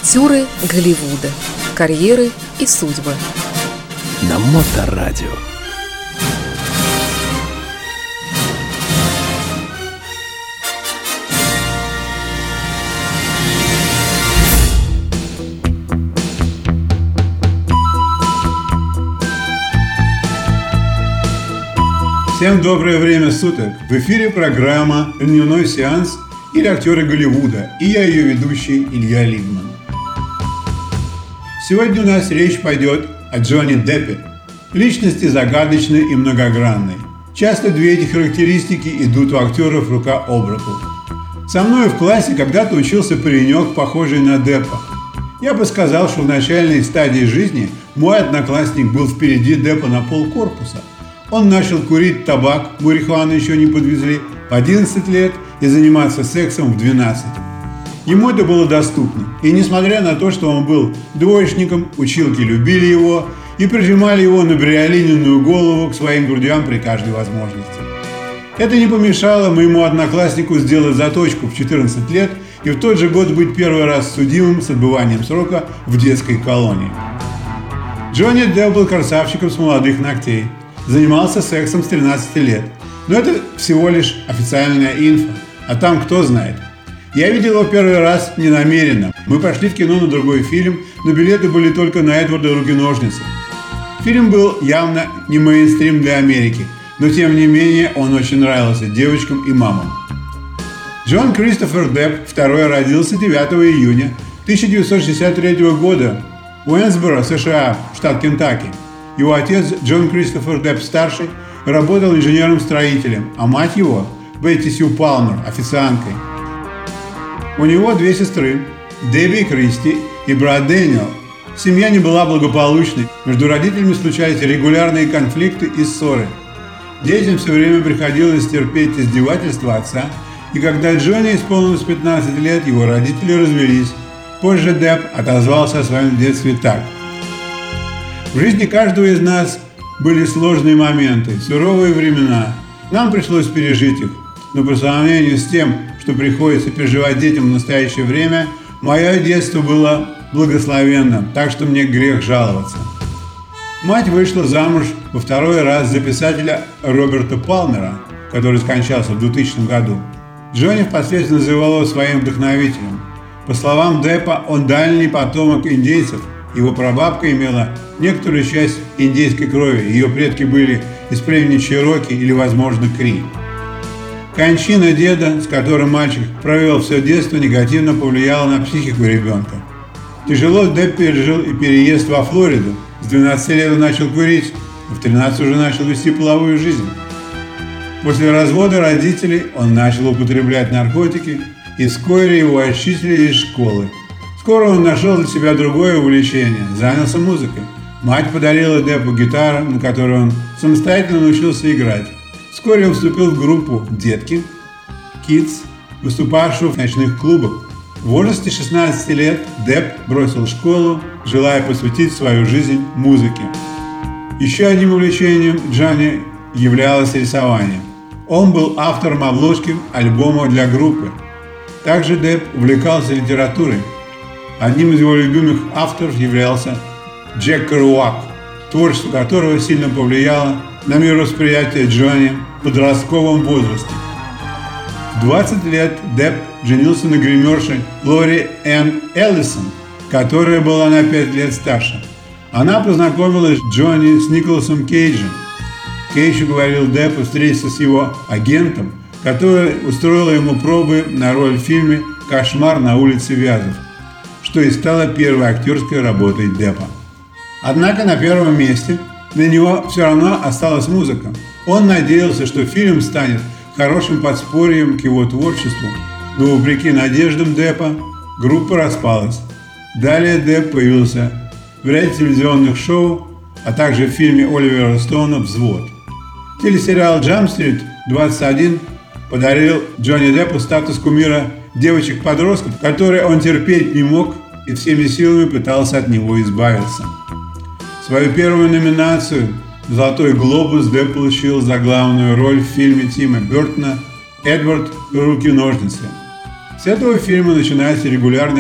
Актеры Голливуда. Карьеры и судьбы. На Моторадио. Всем доброе время суток! В эфире программа «Дневной сеанс» или «Актеры Голливуда», и я ее ведущий Илья Либман. Сегодня у нас речь пойдет о Джонни Деппе, личности загадочной и многогранной. Часто две эти характеристики идут у актеров рука об руку. Со мной в классе когда-то учился паренек, похожий на Деппа. Я бы сказал, что в начальной стадии жизни мой одноклассник был впереди Деппа на полкорпуса. Он начал курить табак, марихуану еще не подвезли, в 11 лет и заниматься сексом в 12. Ему это было доступно. И несмотря на то, что он был двоечником, училки любили его и прижимали его на бриолининую голову к своим грудям при каждой возможности. Это не помешало моему однокласснику сделать заточку в 14 лет и в тот же год быть первый раз судимым с отбыванием срока в детской колонии. Джонни Депп был красавчиком с молодых ногтей. Занимался сексом с 13 лет. Но это всего лишь официальная инфа. А там кто знает. Я видел его первый раз ненамеренно. Мы пошли в кино на другой фильм, но билеты были только на Эдварда Руки-ножницы. Фильм был явно не мейнстрим для Америки, но тем не менее он очень нравился девочкам и мамам. Джон Кристофер Депп II родился 9 июня 1963 года в Уэнсборо, США, штат Кентукки. Его отец Джон Кристофер Депп-старший работал инженером-строителем, а мать его Бетти Сью Палмер – официанткой. У него две сестры – Дебби и Кристи, и брат Дэниел. Семья не была благополучной, между родителями случались регулярные конфликты и ссоры. Детям все время приходилось терпеть издевательства отца, и когда Джонни исполнилось 15 лет, его родители развелись. Позже Депп отозвался о своем детстве так. В жизни каждого из нас были сложные моменты, суровые времена. Нам пришлось пережить их. Но по сравнению с тем, что приходится переживать детям в настоящее время, мое детство было благословенным, так что мне грех жаловаться. Мать вышла замуж во второй раз за писателя Роберта Палмера, который скончался в 2000 году. Джонни впоследствии называл его своим вдохновителем. По словам Деппа, он дальний потомок индейцев. Его прабабка имела некоторую часть индейской крови, ее предки были из племени Чероки или, возможно, Кри. Кончина деда, с которым мальчик провел все детство, негативно повлияла на психику ребенка. Тяжело Депп пережил и переезд во Флориду. С 12 лет он начал курить, а в 13 уже начал вести половую жизнь. После развода родителей он начал употреблять наркотики, и вскоре его отчислили из школы. Скоро он нашел для себя другое увлечение, занялся музыкой. Мать подарила Деппу гитару, на которой он самостоятельно научился играть. Вскоре он вступил в группу «Детки», «Kids», выступавшую в ночных клубах. В возрасте 16 лет Депп бросил школу, желая посвятить свою жизнь музыке. Еще одним увлечением Джонни являлось рисование. Он был автором обложки альбома для группы. Также Депп увлекался литературой. Одним из его любимых авторов являлся Джек Керуак, творчество которого сильно повлияло на мировосприятие Джонни в подростковом возрасте. В 20 лет Депп женился на гримерше Лори Энн Эллисон, которая была на 5 лет старше. Она познакомилась Джонни с Николасом Кейджем. Кейдж уговорил Деппа встретиться с его агентом, который устроила ему пробы на роль в фильме «Кошмар на улице Вязов», что и стало первой актерской работой Деппа. Однако на первом месте для него все равно осталась музыка. Он надеялся, что фильм станет хорошим подспорьем к его творчеству, но вопреки надеждам Деппа группа распалась. Далее Депп появился в ряде телевизионных шоу, а также в фильме Оливера Стоуна «Взвод». Телесериал «Джамп-стрит 21» подарил Джонни Деппу статус кумира девочек-подростков, которые он терпеть не мог и всеми силами пытался от него избавиться. Свою первую номинацию «Золотой глобус» Депп получил за главную роль в фильме Тима Бёртона «Эдвард. Руки-ножницы». С этого фильма начинается регулярная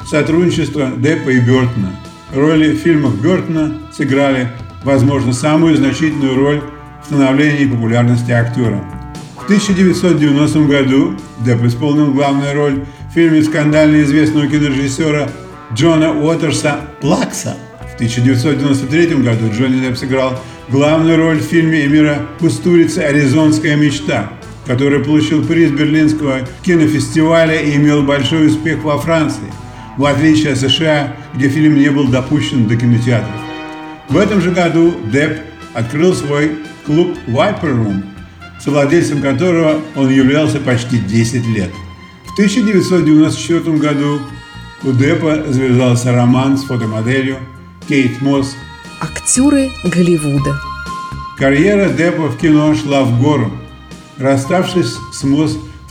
сотрудничество Деппа и Бёртона. Роли в фильмах Бёртона сыграли, возможно, самую значительную роль в становлении популярности актера. В 1990 году Депп исполнил главную роль в фильме скандально известного кинорежиссера Джона Уотерса «Плакса». В 1993 году Джонни Депп сыграл главную роль в фильме Эмира Кустурицы «Аризонская мечта», который получил приз Берлинского кинофестиваля и имел большой успех во Франции, в отличие от США, где фильм не был допущен до кинотеатров. В этом же году Депп открыл свой клуб Viper Room, совладельцем которого он являлся почти 10 лет. В 1994 году у Деппа завязался роман с фотомоделью Кейт Мосс. Актеры Голливуда. Карьера Деппа в кино шла в гору. Расставшись с Мосс в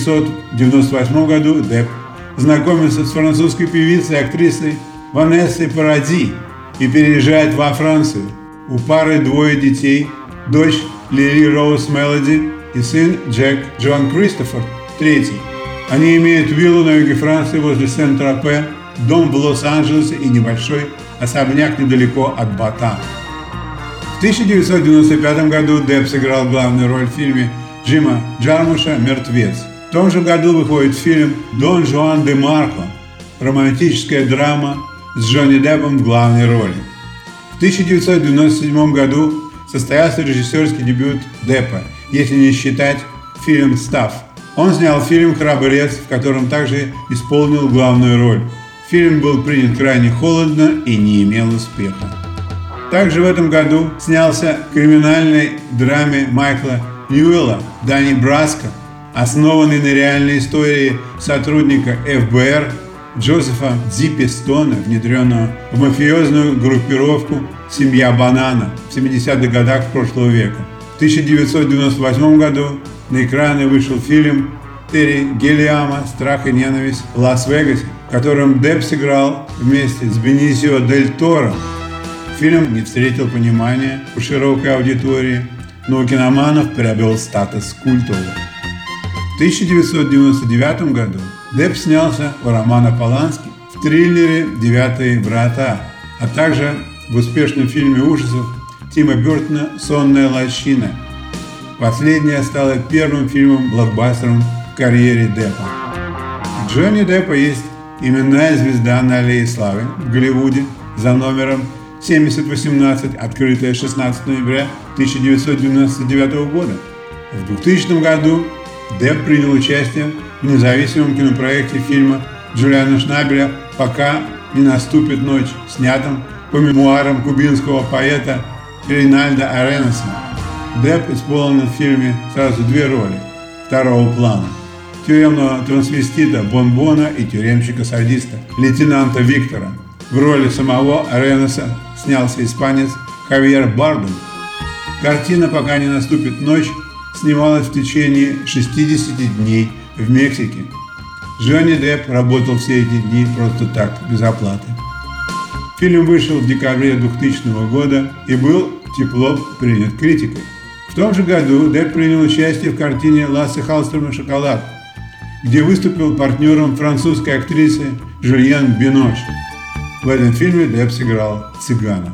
1998 году, Депп знакомится с французской певицей и актрисой Ванессой Паради и переезжает во Францию. У пары двое детей, дочь Лили Роуз Мелоди и сын Джек Джон Кристофер III. Они имеют виллу на юге Франции возле Сен-Тропе, дом в Лос-Анджелесе и небольшой особняк недалеко от Бата. В 1995 году Депп сыграл главную роль в фильме Джима Джармуша «Мертвец». В том же году выходит фильм «Дон Жуан де Марко» – романтическая драма с Джонни Деппом в главной роли. В 1997 году состоялся режиссерский дебют Деппа, если не считать фильм «Став». Он снял фильм «Храбрец», в котором также исполнил главную роль. Фильм был принят крайне холодно и не имел успеха. Также в этом году снялся в криминальной драме Майкла Ньюэлла «Дани Браско», основанный на реальной истории сотрудника ФБР Джозефа Дзиппи Стона, внедренного в мафиозную группировку «Семья Банана» в 70-х годах прошлого века. В 1998 году на экраны вышел фильм Терри Гиллиама «Страх и ненависть в Лас-Вегасе», в котором Депп сыграл вместе с Бенисио Дель Торо. Фильм не встретил понимания у широкой аудитории, но у киноманов приобрел статус культового. В 1999 году Депп снялся у Романа Полански в триллере «Девятые врата», а также в успешном фильме ужасов Тима Бёртона «Сонная лощина». Последняя стала первым фильмом-блокбастером в карьере Деппа. У Джонни Деппа есть именная звезда на Аллее Славы в Голливуде за номером 7018, открытая 16 ноября 1999 года. В 2000 году Депп принял участие в независимом кинопроекте фильма Джулиана Шнабеля «Пока не наступит ночь», снятом по мемуарам кубинского поэта Рейнальдо Аренеса. Депп исполнил в фильме сразу две роли второго плана – тюремного трансвестита Бонбона и тюремщика-садиста лейтенанта Виктора. В роли самого Аренеса снялся испанец Хавьер Бардем. Картина «Пока не наступит ночь» снималась в течение 60 дней в Мексике. Джонни Депп работал все эти дни просто так, без оплаты. Фильм вышел в декабре 2000 года и был тепло принят критикой. В том же году Депп принял участие в картине Лассе Халльстрема «Шоколад», где выступил партнером французской актрисы Жюльен Бинош. В этом фильме Депп сыграл цыгана.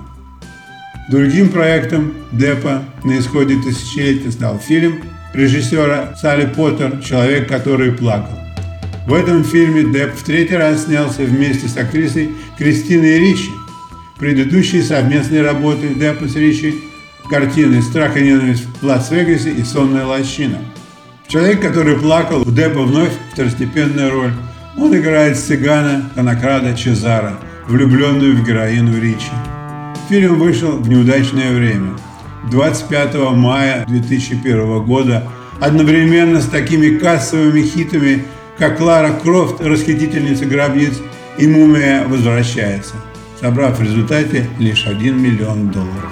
Другим проектом Деппа на исходе тысячелетия стал фильм режиссера Салли Поттер «Человек, который плакал». В этом фильме Депп в третий раз снялся вместе с актрисой Кристиной Ричи. Предыдущие совместные работы Деппа с Ричи – картины «Страх и ненависть в Лас-Вегасе» и «Сонная лощина». «Человек, который плакал» у Деппа вновь второстепенная роль. Он играет цыгана Конокрада Чезаро, влюбленную в героиню Ричи. Фильм вышел в неудачное время. 25 мая 2001 года одновременно с такими кассовыми хитами, как «Лара Крофт. Расхитительница гробниц» и «Мумия возвращается», собрав в результате лишь $1 миллион.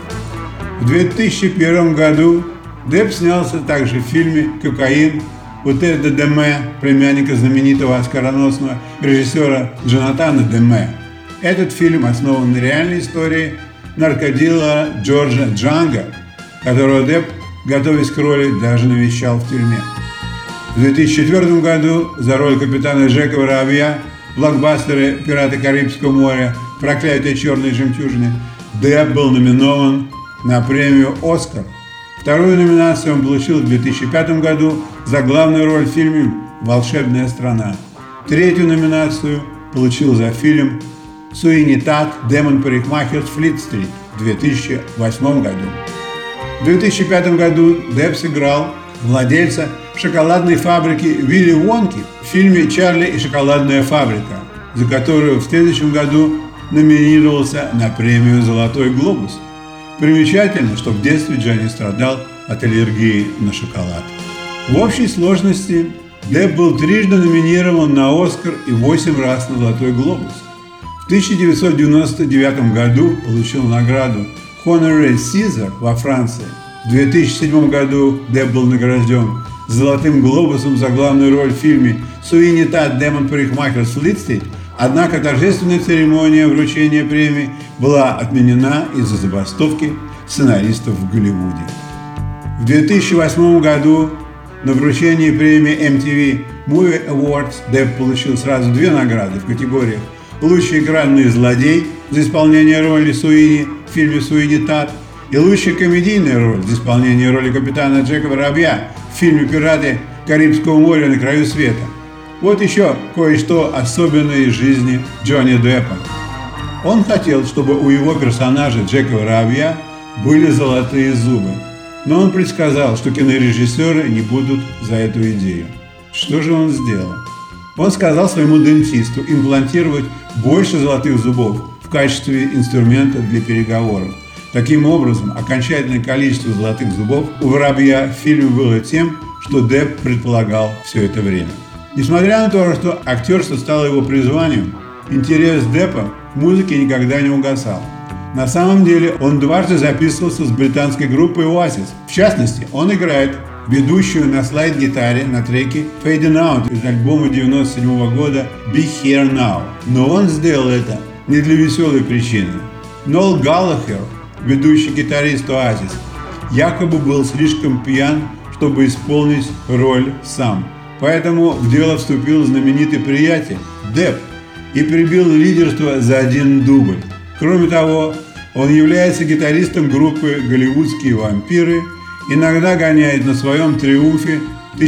В 2001 году Депп снялся также в фильме «Кокаин» у Теда Деме, племянника знаменитого оскароносного режиссера Джонатана Деме. Этот фильм основан на реальной истории наркодилера Джорджа Джанга, которого Депп, готовясь к роли, даже навещал в тюрьме. В 2004 году за роль капитана Жека Воробья блокбастеры «Пираты Карибского моря», «Проклятие черной жемчужины», Депп был номинован на премию «Оскар». Вторую номинацию он получил в 2005 году за главную роль в фильме «Волшебная страна». Третью номинацию получил за фильм «Суини Тат. Демон-парикмахер с Флит-стрит» в 2008 году. В 2005 году Депп сыграл владельца шоколадной фабрики Вилли Вонки в фильме «Чарли и шоколадная фабрика», за которую в следующем году номинировался на премию «Золотой глобус». Примечательно, что в детстве Джонни страдал от аллергии на шоколад. В общей сложности Депп был трижды номинирован на «Оскар» и 8 раз на «Золотой глобус». В 1999 году получил награду Honorary Caesar во Франции. В 2007 году Депп был награжден «Золотым глобусом» за главную роль в фильме «Суини Тат. Демон-парикмахер с Флит-стрит», однако торжественная церемония вручения премии была отменена из-за забастовки сценаристов в Голливуде. В 2008 году на вручении премии MTV Movie Awards Депп получил сразу 2 награды в категориях «Лучший экранный злодей» за исполнение роли Суини в фильме «Суини Тат» и «Лучшая комедийная роль» за исполнение роли капитана Джека Воробья в фильме «Пираты Карибского моря на краю света». Вот еще кое-что особенное из жизни Джонни Деппа. Он хотел, чтобы у его персонажа Джека Воробья были золотые зубы, но он предсказал, что кинорежиссеры не будут за эту идею. Что же он сделал? Он сказал своему дентисту имплантировать больше золотых зубов в качестве инструмента для переговоров. Таким образом, окончательное количество золотых зубов у Воробья в фильме было тем, что Депп предполагал все это время. Несмотря на то, что актерство стало его призванием, интерес Деппа к музыке никогда не угасал. На самом деле он дважды записывался с британской группой Oasis. В частности, он играет ведущую на слайд-гитаре на треке Fading Out из альбома 1997 года Be Here Now. Но он сделал это не для веселой причины. Ноэл Галлахер, ведущий гитарист Oasis, якобы был слишком пьян, чтобы исполнить роль сам. Поэтому в дело вступил знаменитый приятель Депп и прибил лидерство за 1 дубль. Кроме того, он является гитаристом группы «Голливудские вампиры», иногда гоняет на своем «Триумфе»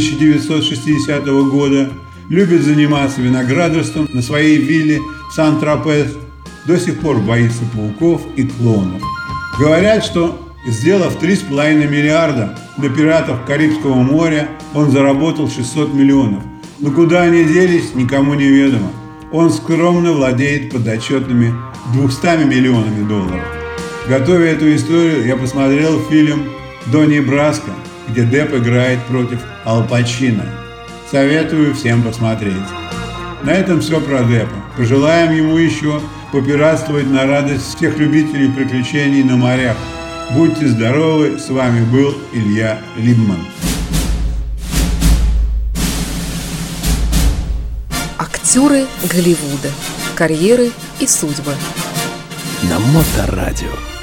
1960 года, любит заниматься виноградарством на своей вилле в Сан-Тропез, до сих пор боится пауков и клоунов. Говорят, что, сделав 3,5 миллиарда для «Пиратов Карибского моря», он заработал 600 миллионов. Но куда они делись, никому не ведомо. Он скромно владеет подотчетными 200 миллионами долларов. Готовя эту историю, я посмотрел фильм «Донни Браско», где Депп играет против Аль Пачино. Советую всем посмотреть. На этом все про Деппа. Пожелаем ему еще попиратствовать на радость всех любителей приключений на морях. Будьте здоровы, с вами был Илья Либман. Актеры Голливуда. Карьеры и судьбы. На Моторадио.